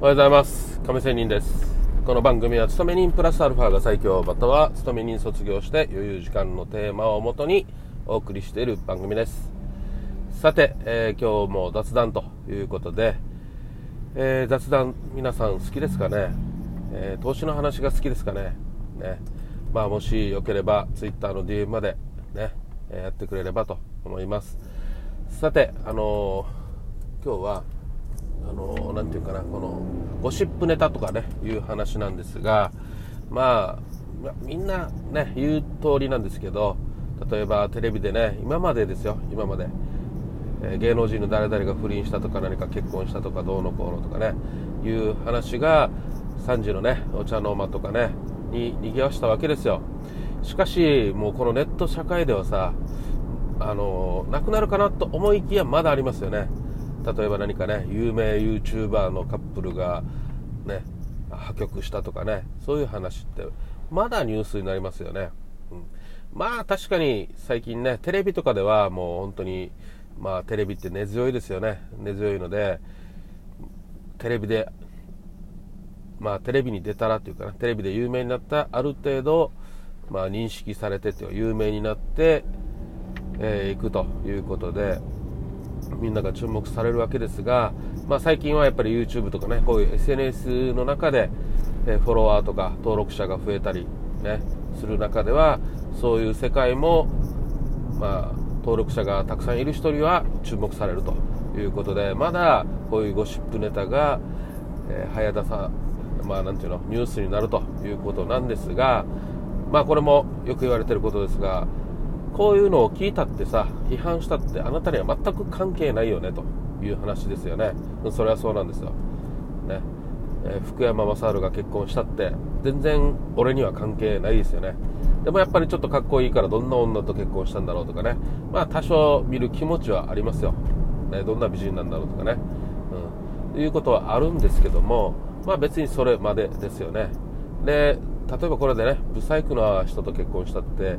おはようございます。亀仙人です。この番組は勤め人プラスアルファが最強、または勤め人卒業して余裕時間のテーマをもとにお送りしている番組です。さて、今日も雑談ということで、雑談皆さん好きですかね。投資の話が好きですかね。もしよければ Twitter の DM までね、やってくれればと思います。さて、今日はなんていうかな、このゴシップネタとかねいう話なんですが、みんなね言う通りなんですけど、例えばテレビでね、今まで、芸能人の誰々が不倫したとか何か結婚したとかどうのこうのとかねいう話が3時のねお茶の間とかねに賑わしたわけですよ。しかしもうこのネット社会ではさ、なくなるかなと思いきやまだありますよね。例えば何かね、有名 YouTuber のカップルがね破局したとかね、そういう話ってまだニュースになりますよね。確かに最近ねテレビとかではもう本当にテレビって根強いですよね。根強いのでテレビに出たらというか、テレビで有名になったある程度認識されてて有名になっていくということでみんなが注目されるわけですが、最近はやっぱり YouTube とかね、こういう SNS の中でフォロワーとか登録者が増えたりねする中では、そういう世界も登録者がたくさんいる人には注目されるということで、まだこういうゴシップネタが早出さなんていうのニュースになるということなんですが、これもよく言われていることですが、こういうのを聞いたってさ、批判したってあなたには全く関係ないよねという話ですよね。それはそうなんですよ、ね。福山雅治が結婚したって全然俺には関係ないですよね。でもやっぱりちょっとかっこいいからどんな女と結婚したんだろうとかね、多少見る気持ちはありますよ、どんな美人なんだろうとかね、ということはあるんですけども、別にそれまでですよね。で例えばこれでねブサイクな人と結婚したって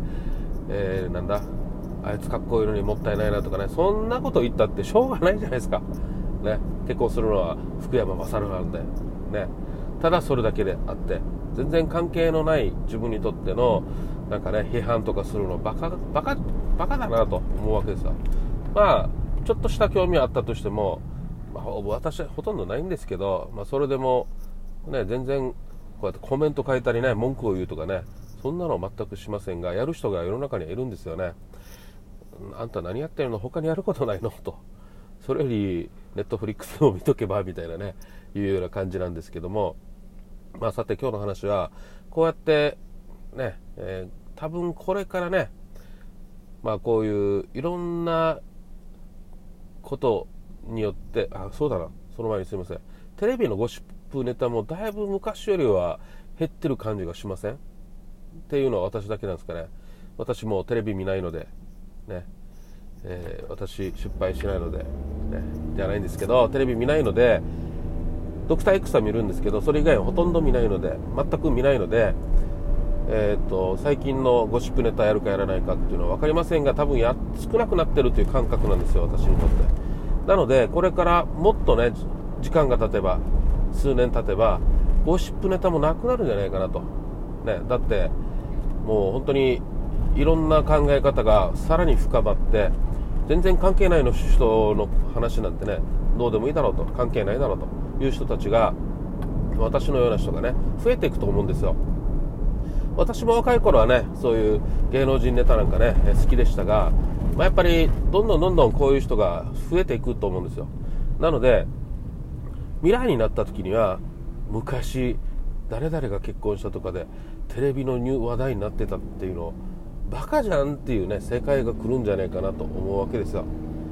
あいつかっこいいのにもったいないなとかね、そんなこと言ったってしょうがないじゃないですか、ね。結婚するのは福山雅治なんでね、ただそれだけであって全然関係のない自分にとっての批判とかするのバカだなと思うわけですよ。ちょっとした興味はあったとしても、私はほとんどないんですけど、それでもね全然こうやってコメント書いたりね文句を言うとかね、そんなの全くしませんが、やる人が世の中にはいるんですよね。あんた何やってるの、他にやることないのと、それよりネットフリックスを見とけばみたいなねいうような感じなんですけども、さて今日の話はこうやってね、多分これからねこういういろんなことによって、そうだな、その前にすいません、テレビのゴシップネタもだいぶ昔よりは減ってる感じがしませんっていうのは私だけなんですかね。私もテレビ見ないのでね、私失敗しないので、ね、じゃないんですけど、テレビ見ないのでドクター X は見るんですけど、それ以外はほとんど見ないので、全く見ないので、最近のゴシップネタやるかやらないかっていうのは分かりませんが、多分少なくなってるという感覚なんですよ、私にとって。なのでこれからもっとね時間が経てば、数年経てばゴシップネタもなくなるんじゃないかなと、だってもう本当にいろんな考え方がさらに深まって、全然関係ないの人の話なんてねどうでもいいだろうと、関係ないだろうという人たちが、私のような人がね増えていくと思うんですよ。私も若い頃はねそういう芸能人ネタなんかね好きでしたが、やっぱりどんどんこういう人が増えていくと思うんですよ。なので未来になった時には、昔誰々が結婚したとかでテレビの話題になってたっていうのバカじゃんっていうね世界が来るんじゃないかなと思うわけですよ、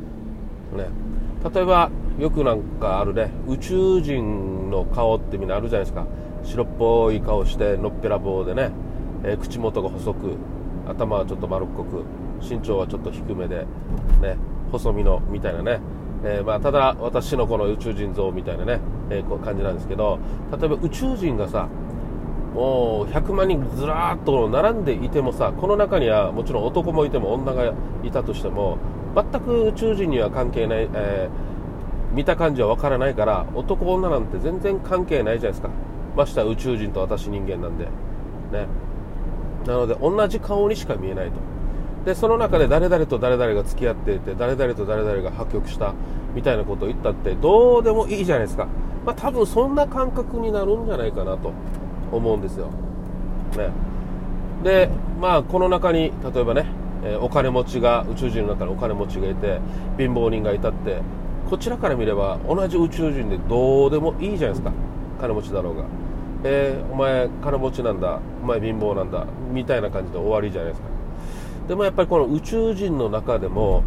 例えばよくあるね宇宙人の顔ってみんなあるじゃないですか。白っぽい顔してのっぺらぼうでね、口元が細く、頭はちょっと丸っこく、身長はちょっと低めでね、細身のみたいなね、ただ私のこの宇宙人像みたいなね、こう感じなんですけど、例えば宇宙人がさもう100万人ずらーっと並んでいてもさ、この中にはもちろん男もいても女がいたとしても全く宇宙人には関係ない、 見た感じはわからないから、男女なんて全然関係ないじゃないですか。ましては宇宙人と私人間なんでね。なので同じ顔にしか見えないと。でその中で誰々と誰々が付き合っていて、誰々と誰々が破局したみたいなことを言ったってどうでもいいじゃないですか。多分そんな感覚になるんじゃないかなと思うんですよ、ね。でこの中に例えばね、お金持ちが、宇宙人の中にお金持ちがいて貧乏人がいたって、こちらから見れば同じ宇宙人でどうでもいいじゃないですか。金持ちだろうが、お前金持ちなんだ、お前貧乏なんだみたいな感じで終わりじゃないですか。でもやっぱりこの宇宙人の中でも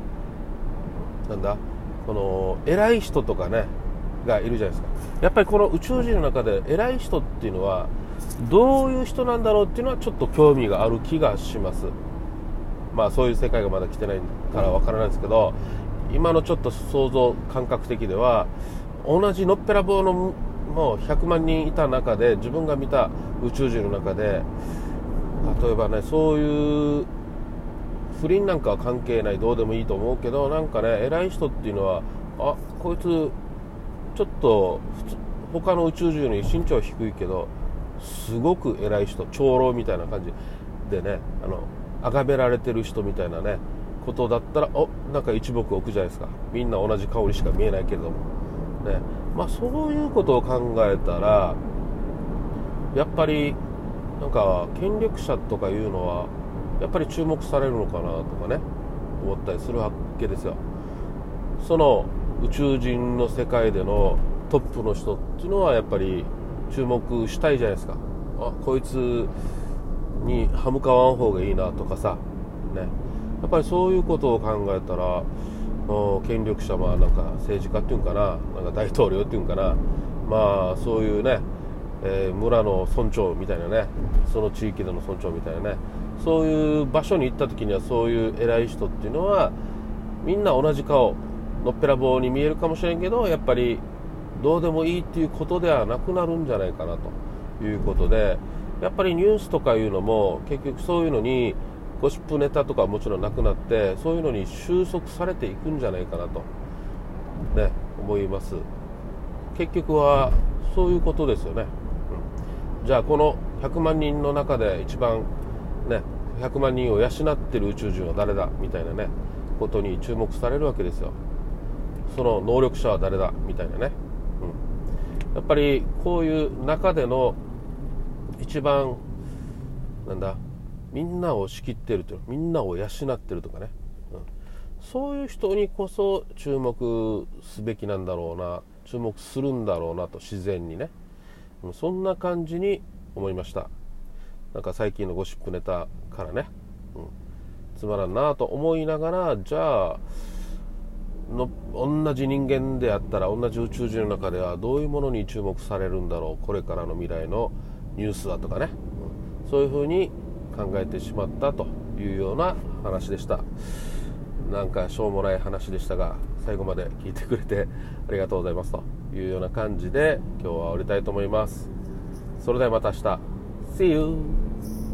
この偉い人とかねがいるじゃないですか。やっぱりこの宇宙人の中で偉い人っていうのはどういう人なんだろうっていうのはちょっと興味がある気がします。そういう世界がまだ来てないからわからないですけど、今のちょっと想像感覚的では、同じのっぺらぼうのもう100万人いた中で、自分が見た宇宙人の中で、例えばね、そういう不倫なんかは関係ない、どうでもいいと思うけど、偉い人っていうのは、こいつちょっと他の宇宙人より身長低いけどすごく偉い人、長老みたいな感じでね、崇められてる人みたいなねことだったら、一目置くじゃないですか。みんな同じ顔にしか見えないけれどもね。そういうことを考えたら、やっぱり権力者とかいうのはやっぱり注目されるのかなとかね思ったりするわけですよ。その宇宙人の世界でのトップの人っていうのはやっぱり注目したいじゃないですか。こいつに歯向かわん方がいいなとかさ、ね、やっぱりそういうことを考えたら、権力者は政治家っていうんかな、大統領っていうんかな、そういうね、村の村長みたいなね、その地域での村長みたいなね、そういう場所に行った時には、そういう偉い人っていうのはみんな同じ顔、のっぺらぼうに見えるかもしれんけど、やっぱりどうでもいいっていうことではなくなるんじゃないかなということで、やっぱりニュースとかいうのも結局そういうのにゴシップネタとかはもちろんなくなって、そういうのに収束されていくんじゃないかなとね思います。結局はそういうことですよね、じゃあこの100万人の中で一番ね100万人を養ってる宇宙人は誰だみたいなねことに注目されるわけですよ。その能力者は誰だみたいなね、やっぱりこういう中での一番みんなを仕切ってるという、みんなを養ってるとかね、そういう人にこそ注目すべきなんだろうな、注目するんだろうなと、自然にね、そんな感じに思いました。最近のゴシップネタからね、つまらんなと思いながら、じゃあ同じ人間であったら、同じ宇宙人の中ではどういうものに注目されるんだろう、これからの未来のニュースだとかね、そういうふうに考えてしまったというような話でした。しょうもない話でしたが、最後まで聞いてくれてありがとうございますというような感じで今日は終わりたいと思います。それではまた明日。See you!